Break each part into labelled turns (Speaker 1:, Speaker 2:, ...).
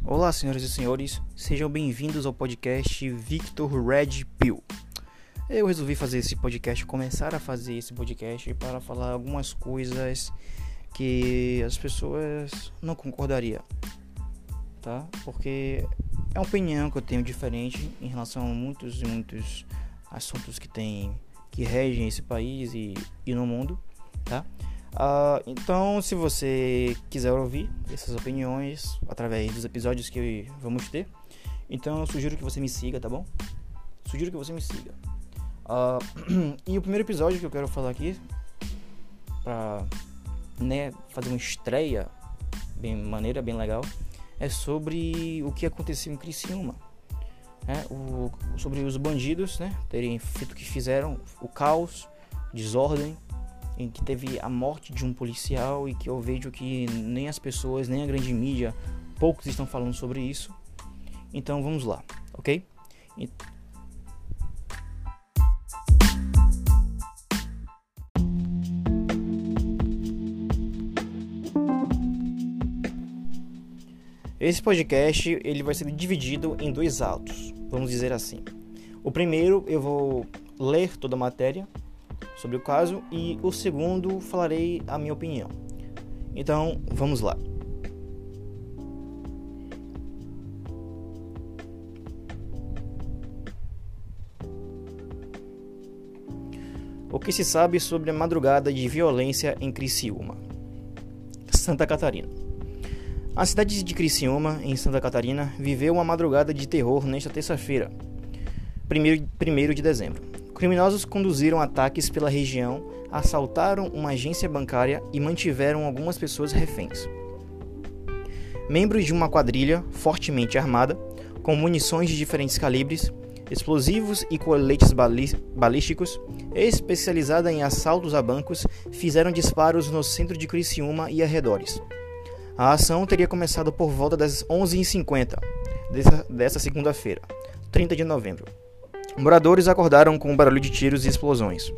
Speaker 1: Olá, senhoras e senhores, sejam bem-vindos ao podcast Victor Red Pill. Eu resolvi começar a fazer esse podcast para falar algumas coisas que as pessoas não concordariam, tá? Porque é uma opinião que eu tenho diferente em relação a muitos assuntos que regem esse país e no mundo, tá? Então, se você quiser ouvir essas opiniões através dos episódios que vamos ter, então eu sugiro que você me siga, tá bom? Sugiro que você me siga. E o primeiro episódio que eu quero falar aqui, pra fazer uma estreia bem legal, é sobre o que aconteceu em Criciúma, sobre os bandidos, terem feito o que fizeram, o caos, desordem, em que teve a morte de um policial e que eu vejo que nem as pessoas, nem a grande mídia, poucos estão falando sobre isso. Então vamos lá, ok? Esse podcast ele vai ser dividido em 2 autos, vamos dizer assim. O primeiro eu vou ler toda a matéria sobre o caso e o segundo falarei a minha opinião. Então, vamos lá. O que se sabe sobre a madrugada de violência em Criciúma, Santa Catarina? A cidade de Criciúma, em Santa Catarina, viveu uma madrugada de terror nesta terça-feira, 1º de dezembro. Criminosos conduziram ataques pela região, assaltaram uma agência bancária e mantiveram algumas pessoas reféns. Membros de uma quadrilha fortemente armada, com munições de diferentes calibres, explosivos e coletes balísticos, especializada em assaltos a bancos, fizeram disparos no centro de Criciúma e arredores. A ação teria começado por volta das 11h50 dessa segunda-feira, 30 de novembro. Moradores acordaram com o barulho de tiros e explosões.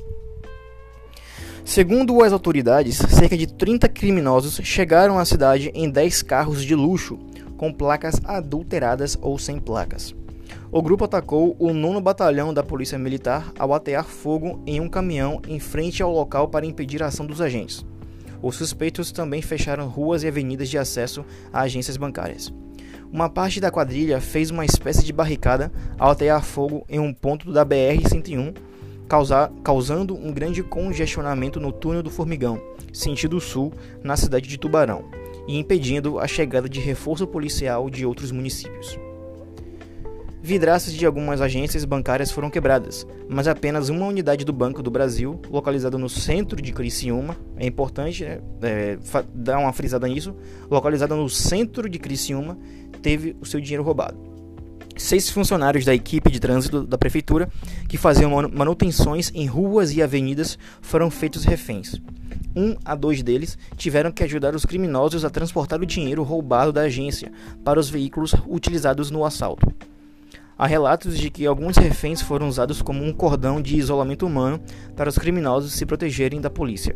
Speaker 1: Segundo as autoridades, cerca de 30 criminosos chegaram à cidade em 10 carros de luxo, com placas adulteradas ou sem placas. O grupo atacou o 9º Batalhão da Polícia Militar ao atear fogo em um caminhão em frente ao local para impedir a ação dos agentes. Os suspeitos também fecharam ruas e avenidas de acesso a agências bancárias. Uma parte da quadrilha fez uma espécie de barricada ao atear fogo em um ponto da BR-101, causando um grande congestionamento no túnel do Formigão, sentido sul, na cidade de Tubarão, e impedindo a chegada de reforço policial de outros municípios. Vidraças de algumas agências bancárias foram quebradas, mas apenas uma unidade do Banco do Brasil, localizada no centro de Criciúma, é importante dar uma frisada nisso, localizada no centro de Criciúma, teve o seu dinheiro roubado. 6 funcionários da equipe de trânsito da prefeitura, que faziam manutenções em ruas e avenidas, foram feitos reféns. 1 a 2 deles tiveram que ajudar os criminosos a transportar o dinheiro roubado da agência para os veículos utilizados no assalto. Há relatos de que alguns reféns foram usados como um cordão de isolamento humano para os criminosos se protegerem da polícia.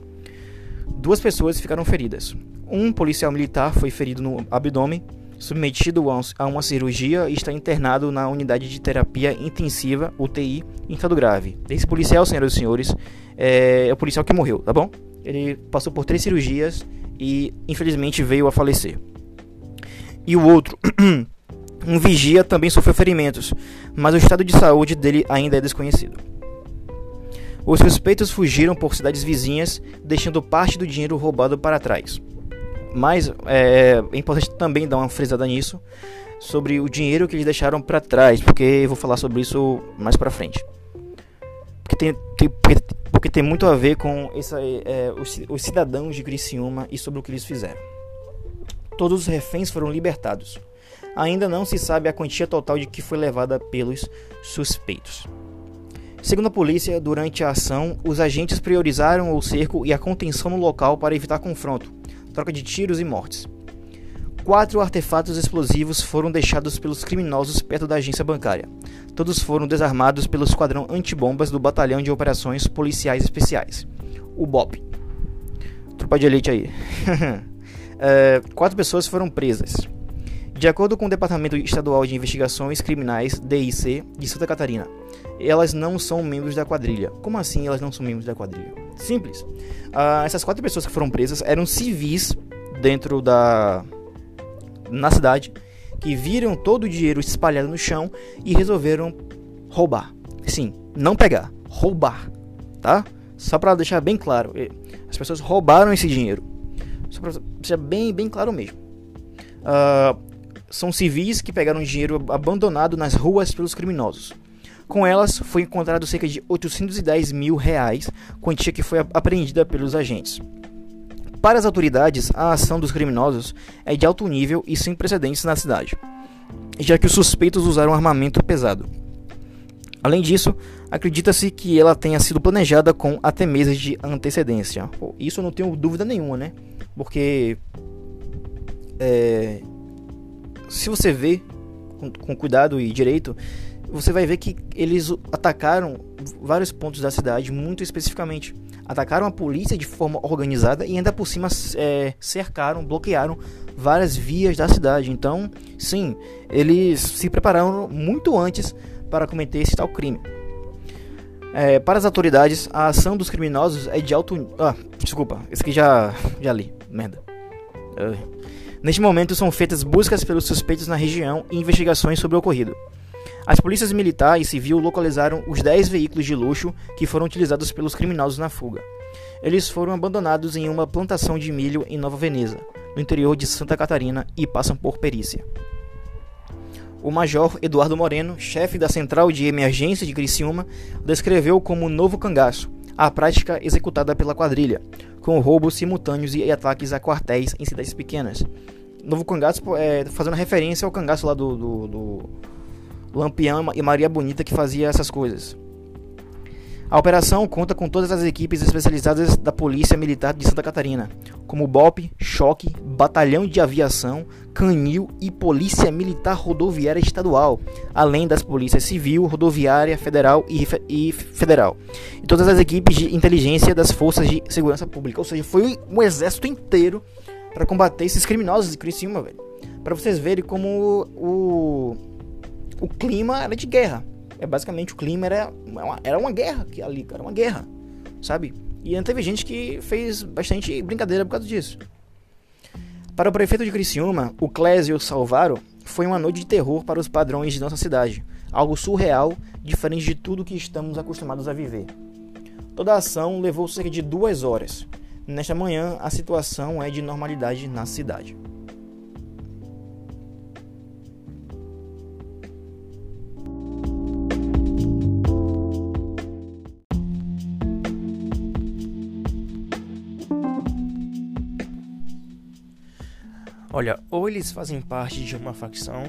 Speaker 1: 2 pessoas ficaram feridas. Um policial militar foi ferido no abdômen, submetido a uma cirurgia e está internado na unidade de terapia intensiva, UTI, em estado grave. Esse policial, senhoras e senhores, é o policial que morreu, tá bom? Ele passou por 3 cirurgias e infelizmente veio a falecer. E o outro... Um vigia também sofreu ferimentos, mas o estado de saúde dele ainda é desconhecido. Os suspeitos fugiram por cidades vizinhas, deixando parte do dinheiro roubado para trás. Mas é importante também dar uma frisada nisso, sobre o dinheiro que eles deixaram para trás, porque eu vou falar sobre isso mais para frente. Porque tem muito a ver com os cidadãos de Criciúma e sobre o que eles fizeram. Todos os reféns foram libertados. Ainda não se sabe a quantia total de que foi levada pelos suspeitos. Segundo a polícia, durante a ação, os agentes priorizaram o cerco e a contenção no local para evitar confronto, troca de tiros e mortes. 4 artefatos explosivos foram deixados pelos criminosos perto da agência bancária. Todos foram desarmados pelo esquadrão antibombas do Batalhão de Operações Policiais Especiais, o BOP. Tropa de elite aí. 4 pessoas foram presas. De acordo com o Departamento Estadual de Investigações Criminais, DIC, de Santa Catarina, elas não são membros da quadrilha. Como assim elas não são membros da quadrilha? Simples. Essas 4 pessoas que foram presas eram civis na cidade, que viram todo o dinheiro espalhado no chão e resolveram roubar. Sim, não pegar, roubar, tá? Só para deixar bem claro, as pessoas roubaram esse dinheiro. Só para deixar bem claro mesmo. São civis que pegaram dinheiro abandonado nas ruas pelos criminosos. Com elas, foi encontrado cerca de R$810 mil, quantia que foi apreendida pelos agentes. Para as autoridades, a ação dos criminosos é de alto nível e sem precedentes na cidade, já que os suspeitos usaram armamento pesado. Além disso, acredita-se que ela tenha sido planejada com até meses de antecedência. Isso eu não tenho dúvida nenhuma, né? Porque se você vê com cuidado e direito, você vai ver que eles atacaram vários pontos da cidade muito especificamente. Atacaram a polícia de forma organizada e ainda por cima cercaram, bloquearam várias vias da cidade. Então, sim, eles se prepararam muito antes para cometer esse tal crime. Para as autoridades, a ação dos criminosos é de alto... desculpa, esse aqui já li, merda. Neste momento são feitas buscas pelos suspeitos na região e investigações sobre o ocorrido. As polícias militar e civil localizaram os 10 veículos de luxo que foram utilizados pelos criminosos na fuga. Eles foram abandonados em uma plantação de milho em Nova Veneza, no interior de Santa Catarina, e passam por perícia. O major Eduardo Moreno, chefe da Central de Emergência de Criciúma, descreveu como novo cangaço a prática executada pela quadrilha, com roubos simultâneos e ataques a quartéis em cidades pequenas. Novo cangaço, fazendo referência ao cangaço lá do Lampião e Maria Bonita, que fazia essas coisas. A operação conta com todas as equipes especializadas da Polícia Militar de Santa Catarina, como BOPE, Choque, Batalhão de Aviação, Canil e Polícia Militar Rodoviária Estadual, além das Polícias Civil, Rodoviária Federal e Federal, e todas as equipes de inteligência das Forças de Segurança Pública. Ou seja, foi um exército inteiro para combater esses criminosos de Criciúma, velho. Para vocês verem como o clima era de guerra. Basicamente o clima era uma guerra que ali, cara, uma guerra, sabe? E ainda teve gente que fez bastante brincadeira por causa disso. Para o prefeito de Criciúma, o Clésio Salvaro, foi uma noite de terror para os padrões de nossa cidade, algo surreal, diferente de tudo que estamos acostumados a viver. Toda a ação levou cerca de 2 horas. Nesta manhã, a situação é de normalidade na cidade. Olha, ou eles fazem parte de uma facção,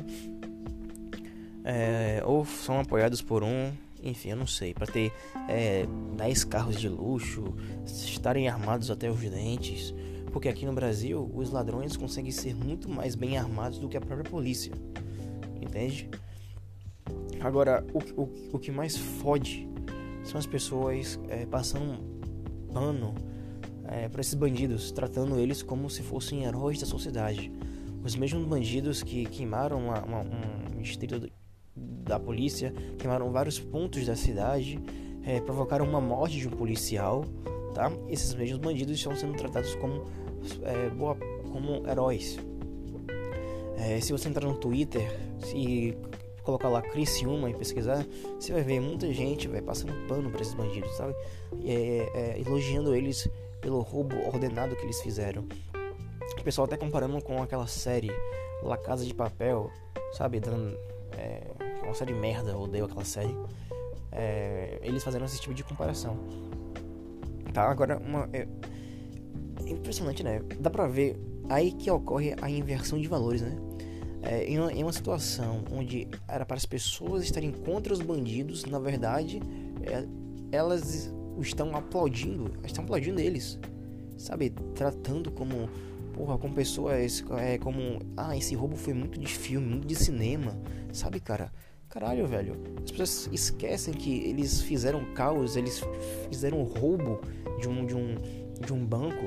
Speaker 1: ou são apoiados por enfim, eu não sei, para ter 10 carros de luxo, estarem armados até os dentes, porque aqui no Brasil os ladrões conseguem ser muito mais bem armados do que a própria polícia, entende? Agora, o que mais fode são as pessoas passando pano para esses bandidos, tratando eles como se fossem heróis da sociedade. Os mesmos bandidos que queimaram um distrito da polícia, queimaram vários pontos da cidade, provocaram uma morte de um policial, tá? Esses mesmos bandidos estão sendo tratados como heróis. Se você entrar no Twitter e colocar lá Criciúma e pesquisar, você vai ver muita gente passando pano para esses bandidos, sabe? Elogiando eles pelo roubo ordenado que eles fizeram. O pessoal até comparando com aquela série La Casa de Papel, sabe? Uma série merda, eu odeio aquela série. Eles fazendo esse tipo de comparação, tá? Agora, é impressionante, né? Dá pra ver aí que ocorre a inversão de valores, né? Em uma situação onde era para as pessoas estarem contra os bandidos, na verdade, elas estão aplaudindo eles, sabe? Tratando como pessoas como, esse roubo foi muito de filme, muito de cinema, sabe, cara? Caralho, velho. As pessoas esquecem que eles fizeram caos, eles fizeram roubo de um banco,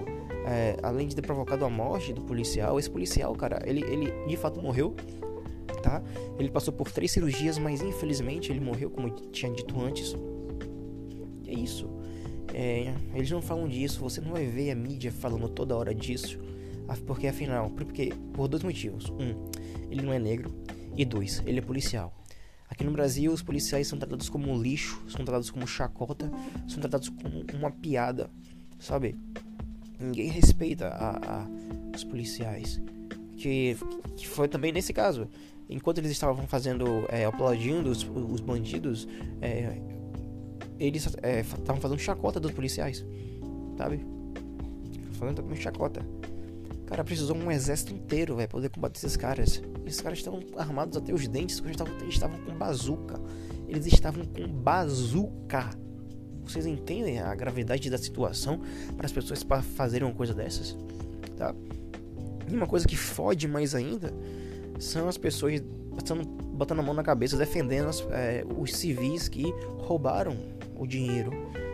Speaker 1: além de ter provocado a morte do policial, esse policial, cara, ele de fato morreu, tá? Ele passou por 3 cirurgias, mas infelizmente ele morreu, como eu tinha dito antes. E é isso. Eles não falam disso, você não vai ver a mídia falando toda hora disso, porque afinal, por 2 motivos. Ele não é negro, e 2, ele é policial. Aqui no Brasil, os policiais são tratados como lixo, são tratados como chacota, são tratados como uma piada, sabe? Ninguém respeita os policiais. Que foi também nesse caso. Enquanto eles estavam aplaudindo os bandidos, eles estavam fazendo chacota dos policiais, sabe? Fazendo também chacota. Cara, precisou um exército inteiro, pra poder combater esses caras. Esses caras estavam armados até os dentes, eles estavam com bazuca. Eles estavam com bazuca. Vocês entendem a gravidade da situação para as pessoas fazerem uma coisa dessas? Tá? E uma coisa que fode mais ainda são as pessoas botando a mão na cabeça, defendendo os civis que roubaram o dinheiro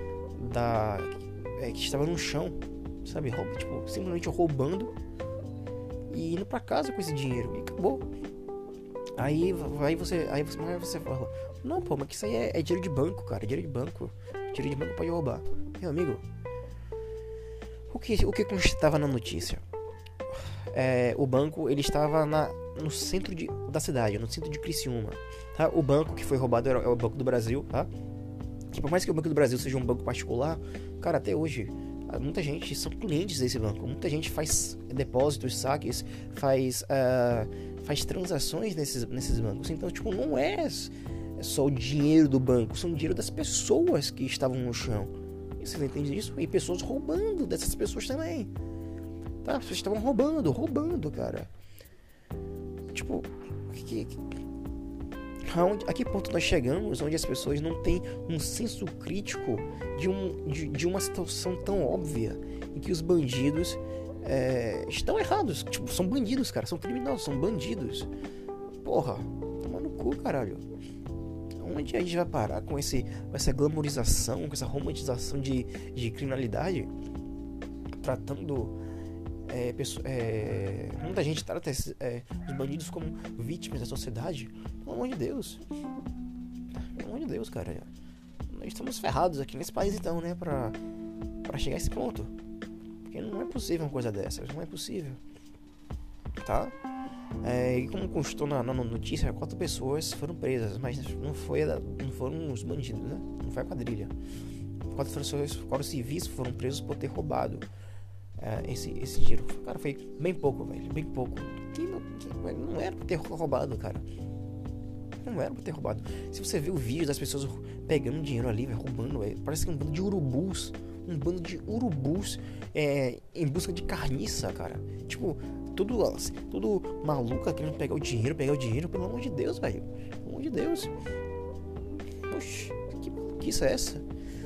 Speaker 1: que estava no chão, sabe? Simplesmente roubando e indo pra casa com esse dinheiro e acabou. Aí você fala: não, pô, mas que isso aí é dinheiro de banco, cara, dinheiro de banco pode roubar. Meu amigo, o que constava na notícia? O banco, ele estava no centro da cidade, no centro de Criciúma, tá? O banco que foi roubado é o Banco do Brasil, tá? Que por mais que o Banco do Brasil seja um banco particular, cara, até hoje muita gente são clientes desse banco, muita gente faz depósitos, saques, faz transações nesses bancos. Então, não é só o dinheiro do banco, são o dinheiro das pessoas que estavam no chão. E você entende isso? E pessoas roubando dessas pessoas também, tá? As pessoas estavam roubando, cara. A que ponto nós chegamos onde as pessoas não têm um senso crítico de uma situação tão óbvia em que os bandidos estão errados? São bandidos, cara, são criminosos, são bandidos. Porra, toma no cu, caralho. Onde a gente vai parar com essa glamorização, com essa romantização de criminalidade? Tratando muita gente trata os bandidos como vítimas da sociedade. Pelo amor de Deus. Pelo amor de Deus, cara. Nós estamos ferrados aqui nesse país, então, né? Pra chegar a esse ponto. Porque não é possível uma coisa dessas. Não é possível. Tá? E como constou na notícia, 4 pessoas foram presas. Mas não foram os bandidos, né? Não foi a quadrilha. 4 civis foram presos por ter roubado esse dinheiro. Cara, foi bem pouco, velho. Bem pouco. Não era pra ter roubado, cara. Não era pra ter roubado. Se você vê o vídeo das pessoas pegando dinheiro ali, véio, roubando, véio, parece que é um bando de urubus. Em busca de carniça, cara. Tudo maluco querendo pegar o dinheiro. Pelo amor de Deus, velho. Pelo amor de Deus. Oxi, que isso é essa?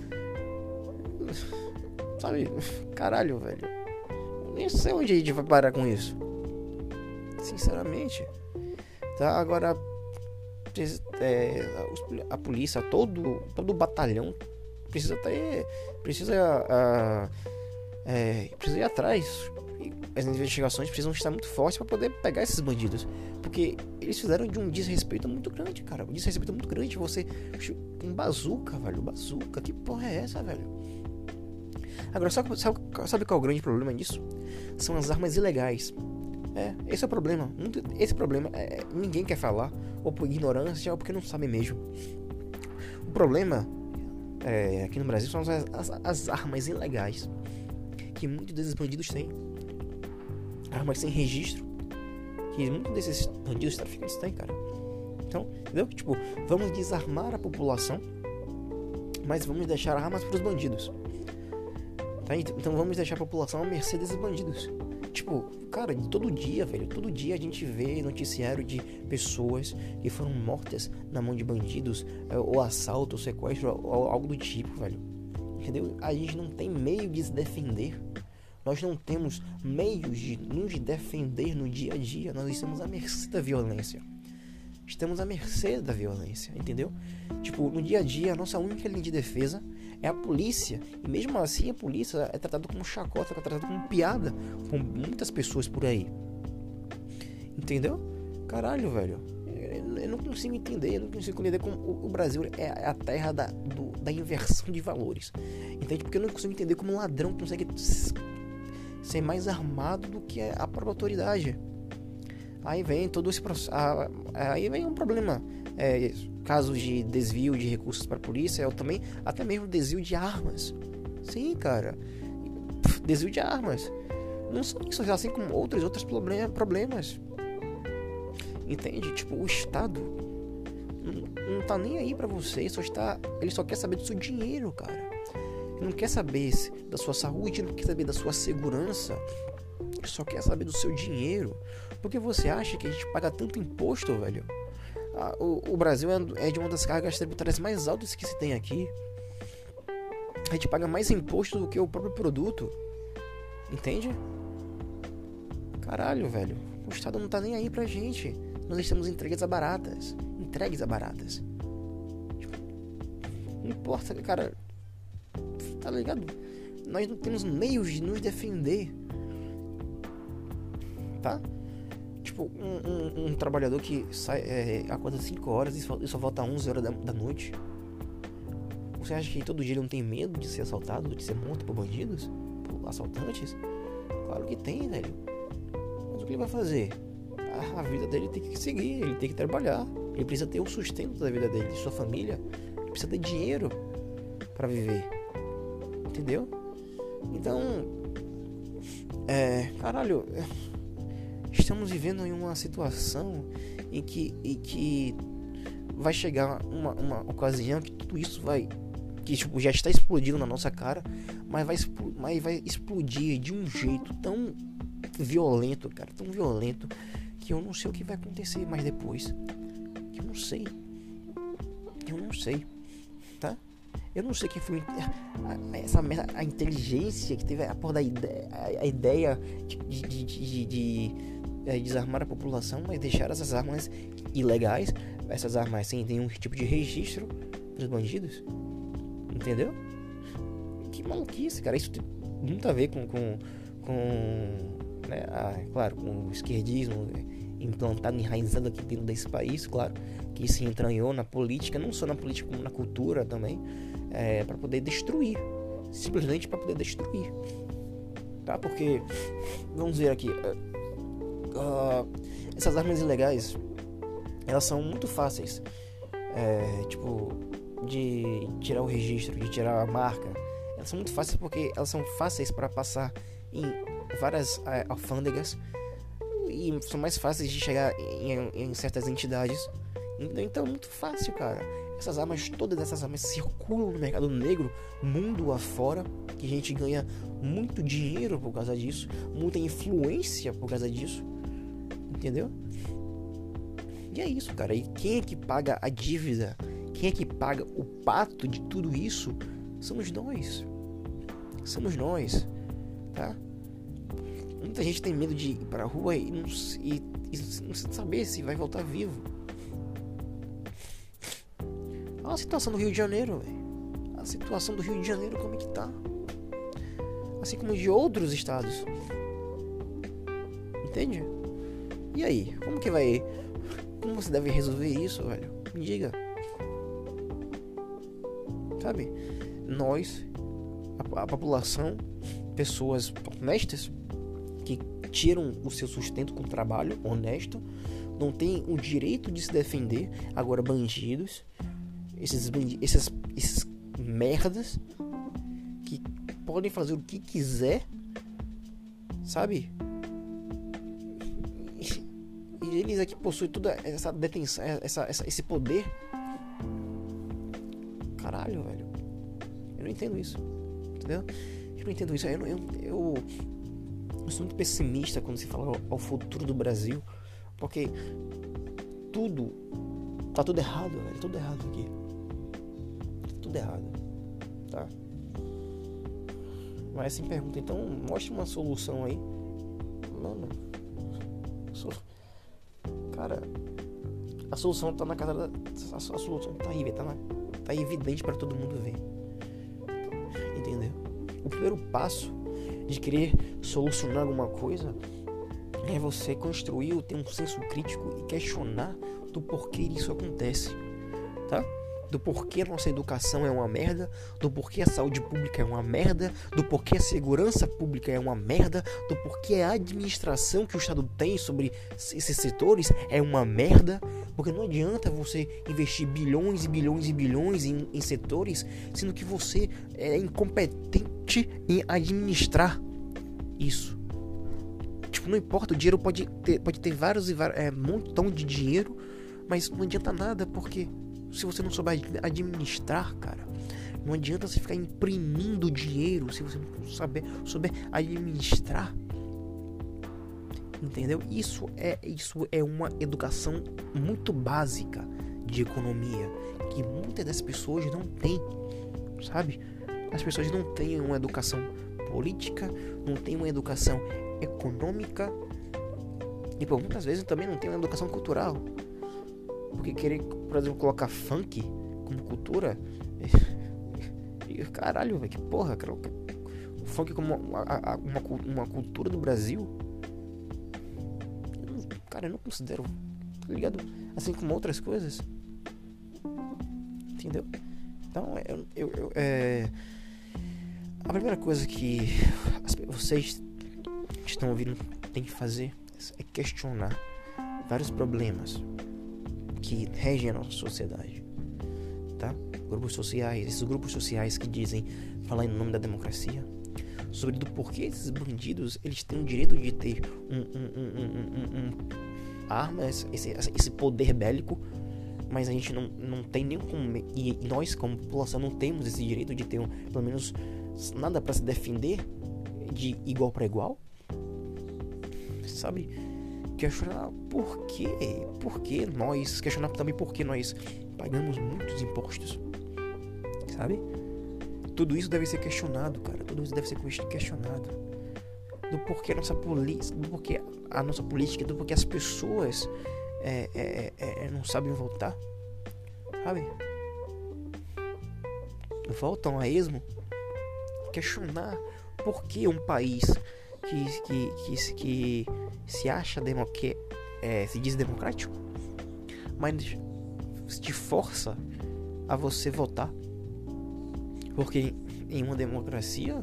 Speaker 1: Sabe? Caralho, velho. Nem sei onde a gente vai parar com isso. Sinceramente. Tá? Agora, a polícia, todo o batalhão precisa ir atrás. As investigações precisam estar muito fortes para poder pegar esses bandidos. Porque eles fizeram de um desrespeito muito grande, cara. Um desrespeito muito grande. Você. Um bazuca, velho. Bazuca. Que porra é essa, velho? Agora, sabe qual é o grande problema disso? São as armas ilegais. Esse é o problema. Esse problema ninguém quer falar, ou por ignorância, ou porque não sabe mesmo. O problema aqui no Brasil são as armas ilegais que muitos desses bandidos têm. Armas sem registro que muitos desses bandidos traficantes têm, cara. Então, entendeu? Vamos desarmar a população, mas vamos deixar armas para os bandidos. Tá? Então vamos deixar a população à mercê desses bandidos. Cara, todo dia a gente vê noticiário de pessoas que foram mortas na mão de bandidos, ou assalto, ou sequestro, ou algo do tipo, velho. Entendeu? A gente não tem meio de se defender. Nós não temos meios de nos defender no dia a dia. Nós estamos à mercê da violência. Estamos à mercê da violência, entendeu? No dia a dia, a nossa única linha de defesa É a polícia. E mesmo assim a polícia é tratada como chacota, é tratada como piada com muitas pessoas por aí. Entendeu? Caralho, velho. Eu não consigo entender. Eu não consigo entender como o Brasil é a terra da inversão de valores. Entende? Porque eu não consigo entender como um ladrão consegue ser mais armado do que a própria autoridade. Aí vem todo esse processo. Aí vem um problema. Casos de desvio de recursos para a polícia, também até mesmo desvio de armas. Sim, cara. Desvio de armas. Não só isso, assim como outros problemas. Entende? Tipo, o Estado não tá nem aí pra você. Ele só quer saber do seu dinheiro, cara. Ele não quer saber da sua saúde, não quer saber da sua segurança. Ele só quer saber do seu dinheiro. Porque você acha que a gente paga tanto imposto, velho? O Brasil é de uma das cargas tributárias mais altas que se tem aqui. A gente paga mais imposto do que o próprio produto. Entende? Caralho, velho. O Estado não tá nem aí pra gente. Nós estamos entregues a baratas. Não importa, cara. Tá ligado? Nós não temos meios de nos defender. Tá? Tipo, um trabalhador que acorda 5 horas e só volta às 11 horas da noite. Você acha que todo dia ele não tem medo de ser assaltado, de ser morto por bandidos? Por assaltantes? Claro que tem, velho. Mas o que ele vai fazer? A vida dele tem que seguir, ele tem que trabalhar. Ele precisa ter o sustento da vida dele, de sua família. Ele precisa ter dinheiro pra viver. Entendeu? Então, caralho, estamos vivendo em uma situação em que vai chegar uma ocasião que tudo isso que tipo, já está explodindo na nossa cara, mas vai explodir de um jeito tão violento, cara, tão violento, que eu não sei o que vai acontecer mais depois. Eu não sei, tá? Eu não sei quem foi a inteligência que teve a porra a ideia de desarmar a população, mas deixar essas armas ilegais, essas armas sem nenhum tipo de registro dos bandidos. Entendeu? Que maluquice, cara. Isso tem muito a ver com né, claro, com o esquerdismo implantado, enraizado aqui dentro desse país, claro, que se entranhou na política, não só na política como na cultura também, para poder destruir, simplesmente para poder destruir, tá? Porque, vamos ver aqui, essas armas ilegais, elas são muito fáceis, tipo, de tirar o registro, de tirar a marca. Elas são muito fáceis porque elas são fáceis para passar em várias alfândegas e são mais fáceis de chegar em certas entidades. Então é muito fácil, cara. Todas essas armas circulam no mercado negro, mundo afora, que a gente ganha muito dinheiro por causa disso, muita influência por causa disso, entendeu? E é isso, cara. E quem é que paga a dívida? Quem é que paga o pato de tudo isso? Somos nós, tá? Muita gente tem medo de ir pra rua e não saber se vai voltar vivo. Olha a situação do Rio de Janeiro, velho. A situação do Rio de Janeiro, como é que tá? Assim como de outros estados. Entende? E aí? Como você deve resolver isso, velho? Me diga. Sabe? Nós, a população, pessoas honestas que tiram o seu sustento com trabalho honesto, não tem o direito de se defender. Agora bandidos, esses merdas que podem fazer o que quiser, sabe? E eles aqui possuem toda essa detenção, esse poder. Caralho, velho. Eu não entendo isso. Entendeu? Eu não entendo isso. Eu sou muito pessimista quando se fala ao futuro do Brasil. Porque tá tudo errado, velho. Tudo errado aqui. Tudo errado. Tá? Mas assim pergunta, então mostre uma solução aí. Mano. Cara, a solução tá na casa a solução tá aí, velho. Tá evidente pra todo mundo ver.
Speaker 2: o primeiro passo de querer solucionar alguma coisa é você construir, ter um senso crítico e questionar do porquê isso acontece, tá? Do porquê a nossa educação é uma merda, do porquê a saúde pública é uma merda, do porquê a segurança pública é uma merda, do porquê a administração que o Estado tem sobre esses setores é uma merda, porque não adianta você investir bilhões e bilhões e bilhões em setores, sendo que você é incompetente em administrar isso. Tipo, não importa, o dinheiro pode ter vários montão de dinheiro, mas não adianta nada, porque se você não souber administrar, cara, não adianta você ficar imprimindo dinheiro se você não souber administrar. Entendeu? Isso é uma educação muito básica de economia que muitas das pessoas não têm, sabe? As pessoas não têm uma educação política, não têm uma educação econômica e por muitas vezes também não têm uma educação cultural. Porque querer, por exemplo, colocar funk como cultura, caralho, velho, que porra, cara. O funk como uma cultura do Brasil, eu não considero, tá ligado? Assim como outras coisas, entendeu? Então, a primeira coisa que vocês que estão ouvindo têm que fazer é questionar vários problemas que regem a nossa sociedade, tá? Esses grupos sociais que dizem falar em nome da democracia, sobre do porquê esses bandidos eles têm o direito de ter armas, esse poder bélico, mas a gente não tem nem como, e nós como população não temos esse direito de ter pelo menos nada para se defender de igual para igual, sabe? Questionar por que nós, questionar também por que nós pagamos muitos impostos, sabe? Tudo isso deve ser questionado, cara. Tudo isso deve ser questionado. Do porquê a nossa polícia, do porquê a nossa política, do porquê as pessoas não sabem votar, sabe? Voltam a esmo. Questionar por que um país que se acha se diz democrático, mas te força a você votar, porque em uma democracia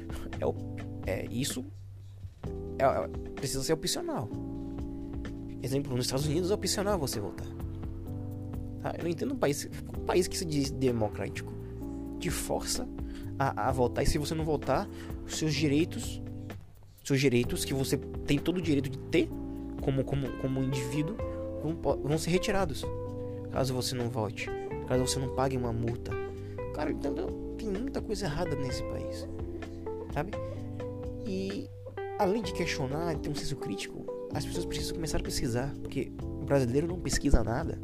Speaker 2: isso precisa ser opcional. Exemplo, nos Estados Unidos é opcional você votar. Eu não entendo um país que se diz democrático te força a votar, e se você não votar, os seus direitos que você tem todo o direito de ter como indivíduo vão ser retirados caso você não vote, caso você não pague uma multa. Cara, entendeu? Tem muita coisa errada nesse país, sabe? E além de questionar e ter um senso crítico, as pessoas precisam começar a pesquisar, porque o brasileiro não pesquisa nada.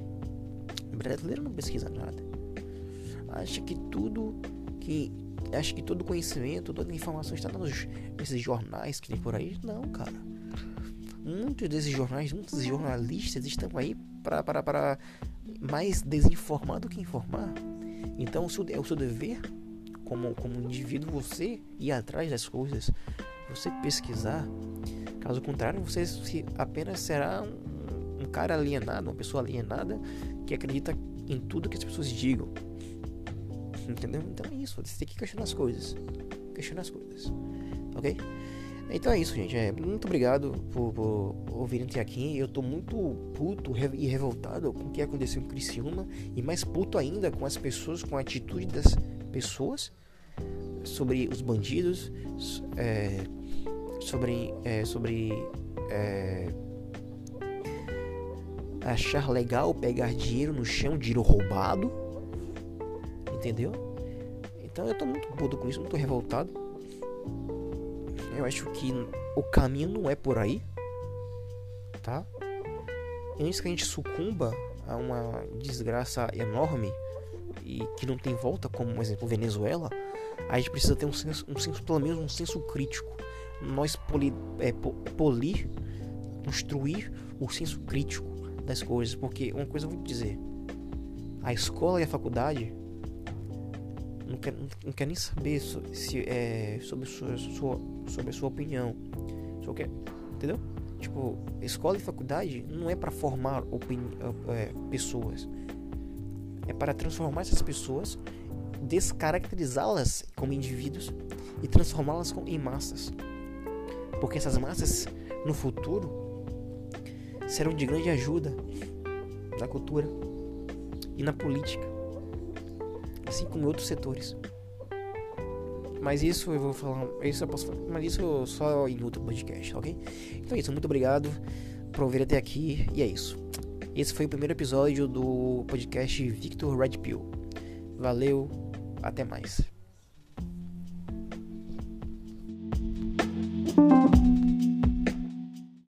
Speaker 2: Acha que todo conhecimento, toda informação está nesses jornais que tem por aí. Não, cara. Muitos desses jornais, muitos jornalistas estão aí para mais desinformar do que informar. Então é o seu dever como indivíduo você ir atrás das coisas, você pesquisar. Caso contrário, você apenas será um cara alienado, uma pessoa alienada que acredita em tudo que as pessoas digam. Entendeu? Então é isso, você tem que questionar as coisas, ok? Então é isso, gente. Muito obrigado por ouvirem até aqui. Eu tô muito puto e revoltado com o que aconteceu em Criciúma, e mais puto ainda com as pessoas, com a atitude das pessoas sobre os bandidos, sobre achar legal pegar dinheiro no chão, dinheiro roubado, entendeu? Então eu tô muito puto com isso, muito revoltado. Eu acho que o caminho não é por aí, tá? Antes que a gente sucumba a uma desgraça enorme e que não tem volta, como por exemplo Venezuela, a gente precisa ter um senso, pelo menos um senso crítico. Nós construir o senso crítico das coisas, porque uma coisa eu vou te dizer: a escola e a faculdade não quer nem saber sobre a sua opinião. Só quer, entendeu? Tipo, escola e faculdade não é para formar pessoas. É para transformar essas pessoas, descaracterizá-las como indivíduos e transformá-las em massas. Porque essas massas, no futuro, serão de grande ajuda na cultura e na política, assim como em outros setores. Mas isso eu vou falar, isso eu posso falar, mas isso só em outro podcast, ok? Então é isso, muito obrigado por ouvir até aqui, e é isso. Esse foi o primeiro episódio do podcast Victor Red Pill. Valeu, até mais.